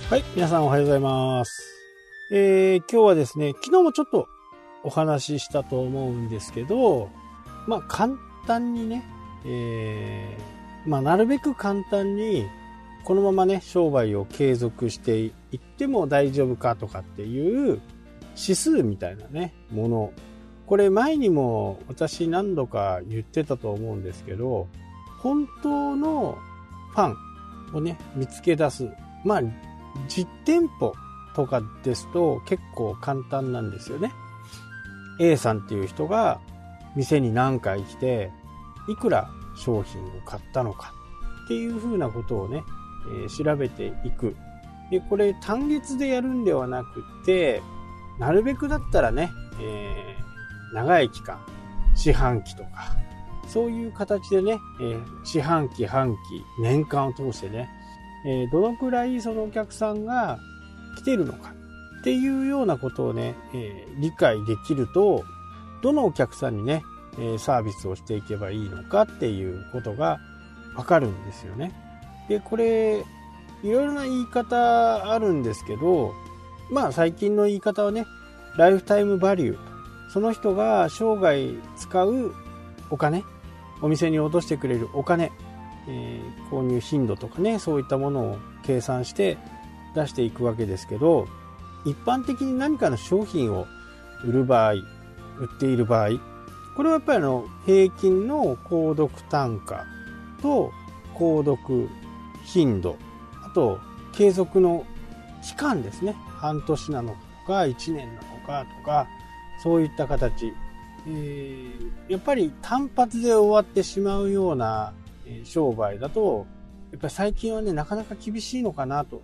はい、皆さんおはようございます。今日はですね、昨日もちょっとお話ししたと思うんですけど、簡単にね、なるべく簡単にこのままね、商売を継続していっても大丈夫かとかっていう指数みたいなね、もの。これ前にも私何度か言ってたと思うんですけど、本当のファンをね、見つけ出す。実店舗とかですと結構簡単なんですよね。A さんっていう人が店に何回来ていくら商品を買ったのかっていうふうなことをね、調べていく。で、これ単月でやるんではなくて、なるべくだったらね、長い期間、四半期とか、そういう形でね、四半期、半期、年間を通してね、どのくらいそのお客さんが来てるのかっていうようなことをね、理解できると、どのお客さんにね、サービスをしていけばいいのかっていうことがわかるんですよね。で、これ、いろいろな言い方あるんですけど、最近の言い方はね、ライフタイムバリュー。その人が生涯使うお金、お店に落としてくれるお金、購入頻度とかね、そういったものを計算して出していくわけですけど、一般的に何かの商品を売る場合、売っている場合、これはやっぱり平均の購読単価と購読頻度、あと継続の期間ですね。半年なのか1年なのかとか、そういった形。やっぱり単発で終わってしまうような商売だと、やっぱり最近はね、なかなか厳しいのかなと。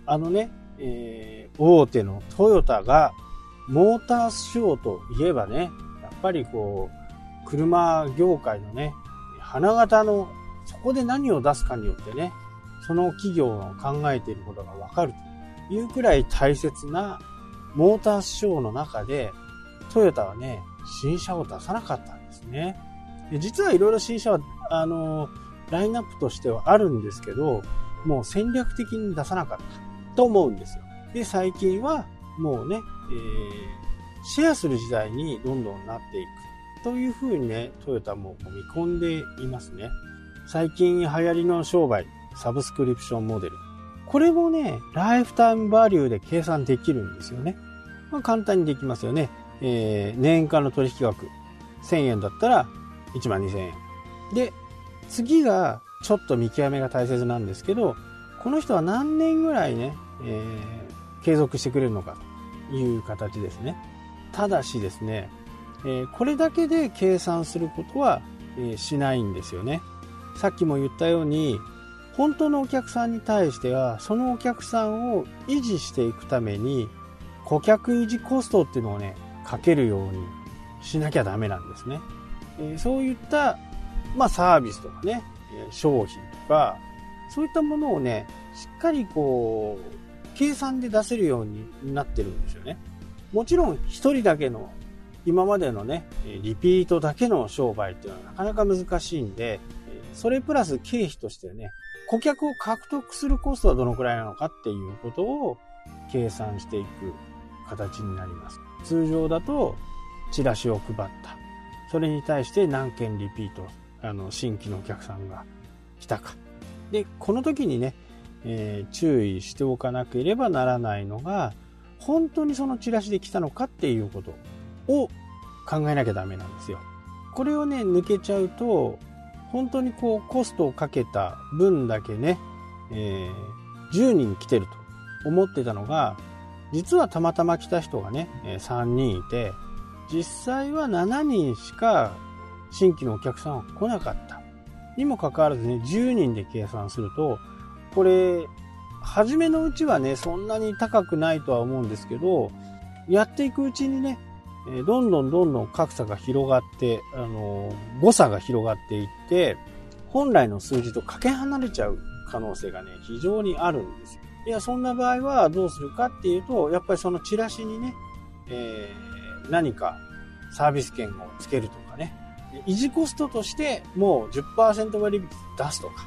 大手のトヨタがモーターショーといえばね、やっぱり車業界のね、花形の、そこで何を出すかによってね、その企業の考えていることがわかるというくらい大切なモーターショーの中で、トヨタはね、新車を出さなかったんですね。で、実はいろいろ新車は、ラインナップとしてはあるんですけど、もう戦略的に出さなかったと思うんですよ。で、最近はもうね、シェアする時代にどんどんなっていくというふうにね、トヨタも見込んでいますね。最近流行りの商売、サブスクリプションモデル。これもね、ライフタイムバリューで計算できるんですよね。簡単にできますよね。年間の取引額1000円だったら12,000円。で、次がちょっと見極めが大切なんですけど、この人は何年ぐらいね、継続してくれるのかという形ですね。ただしですね、これだけで計算することは、しないんですよね。さっきも言ったように、本当のお客さんに対しては、そのお客さんを維持していくために、顧客維持コストっていうのをね、かけるようにしなきゃダメなんですね。そういったサービスとかね、商品とか、そういったものをね、しっかり計算で出せるようになってるんですよね。もちろん一人だけの、今までのね、リピートだけの商売っていうのはなかなか難しいんで、それプラス経費としてね、顧客を獲得するコストはどのくらいなのかっていうことを計算していく形になります。通常だと、チラシを配った。それに対して何件リピート、新規のお客さんが来たか。で、この時にね、注意しておかなければならないのが、本当にそのチラシで来たのかっていうことを考えなきゃダメなんですよ。これをね、抜けちゃうと、本当にコストをかけた分だけね、10人来てると思ってたのが、実はたまたま来た人がね、3人いて、実際は7人しか新規のお客さんは来なかったにもかかわらずね、10人で計算すると、これ初めのうちはね、そんなに高くないとは思うんですけど、やっていくうちにね、どんどん格差が広がって、誤差が広がっていって、本来の数字とかけ離れちゃう可能性がね、非常にあるんですよ。いや、そんな場合はどうするかっていうと、やっぱりそのチラシにね、何かサービス券をつけるとかね、維持コストとしてもう 10% 割引出すとか、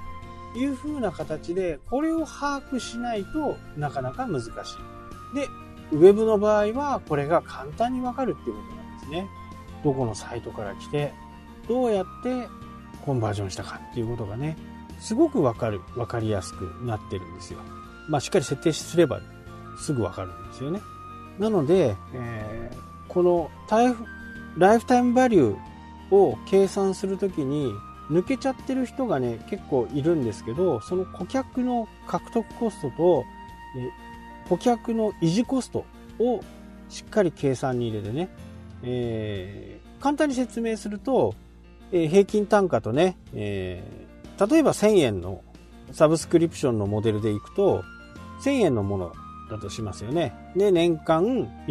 いう風な形で、これを把握しないとなかなか難しい。で、ウェブの場合はこれが簡単にわかるっていうことなんですね。どこのサイトから来て、どうやってコンバージョンしたかっていうことがね、すごくわかりやすくなってるんですよ。しっかり設定すればすぐわかるんですよね。なので、このライフタイムバリューを計算するときに抜けちゃってる人がね、結構いるんですけど、その顧客の獲得コストと、顧客の維持コストをしっかり計算に入れてね、簡単に説明すると、平均単価とね、例えば1000円のサブスクリプションのモデルでいくと、1000円のものだとしますよね。で、年間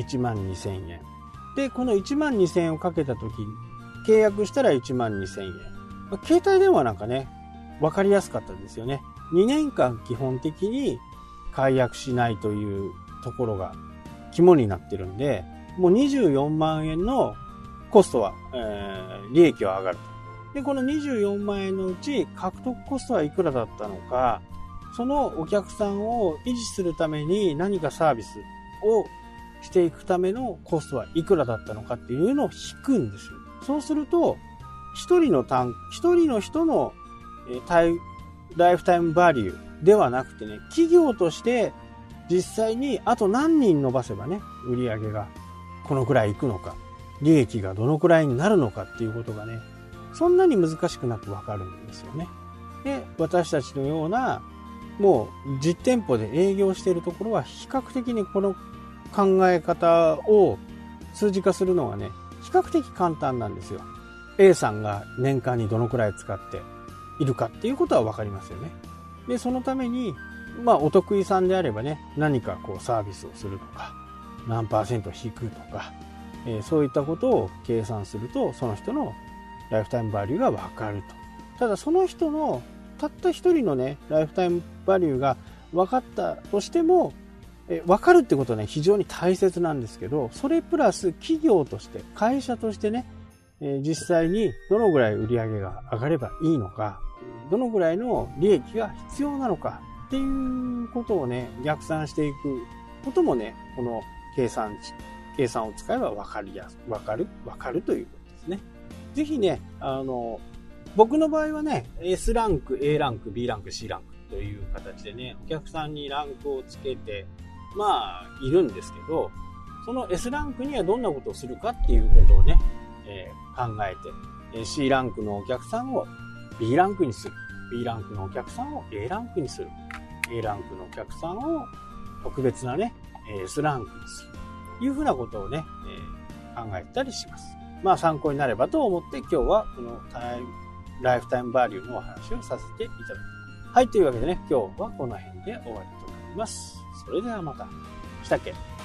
12,000円。で、この12,000円をかけたとき、契約したら12,000円。携帯電話なんかね、わかりやすかったですよね。2年間基本的に解約しないというところが肝になってるんで、もう24万円のコストは、利益は上がる。で、この24万円のうち獲得コストはいくらだったのか、そのお客さんを維持するために何かサービスをしていくためのコストはいくらだったのかっていうのを引くんですよ。そうすると、一人の人のライフタイムバリューではなくてね、企業として実際にあと何人伸ばせばね、売り上げがこのくらいいくのか、利益がどのくらいになるのかっていうことがね、そんなに難しくなくわかるんですよね。で、私たちのようなもう実店舗で営業しているところは比較的にこの考え方を数字化するのはね、比較的簡単なんですよ。A さんが年間にどのくらい使っているかっていうことは分かりますよね。で、そのために、お得意さんであればね、何かこうサービスをするとか、何%引くとか、そういったことを計算すると、その人のライフタイムバリューが分かると。ただその人のたった一人のね、ライフタイムバリューが分かったとしても、分かるってことはね、非常に大切なんですけど、それプラス企業として、会社としてね、実際にどのぐらい売り上げが上がればいいのか、どのぐらいの利益が必要なのかっていうことをね、逆算していくこともね、この計算を使えば分かるということですね。ぜひね、僕の場合はね、S ランク、A ランク、B ランク、C ランクという形でね、お客さんにランクをつけて、いるんですけど、その S ランクにはどんなことをするかっていうことをね、考えて、C ランクのお客さんを B ランクにする。B ランクのお客さんを A ランクにする。A ランクのお客さんを特別なね、S ランクにする。というふうなことをね、考えたりします。参考になればと思って今日はこのライフタイムバリューのお話をさせていただきます。はい、というわけでね、今日はこの辺で終わりとなります。それではまた。したっけ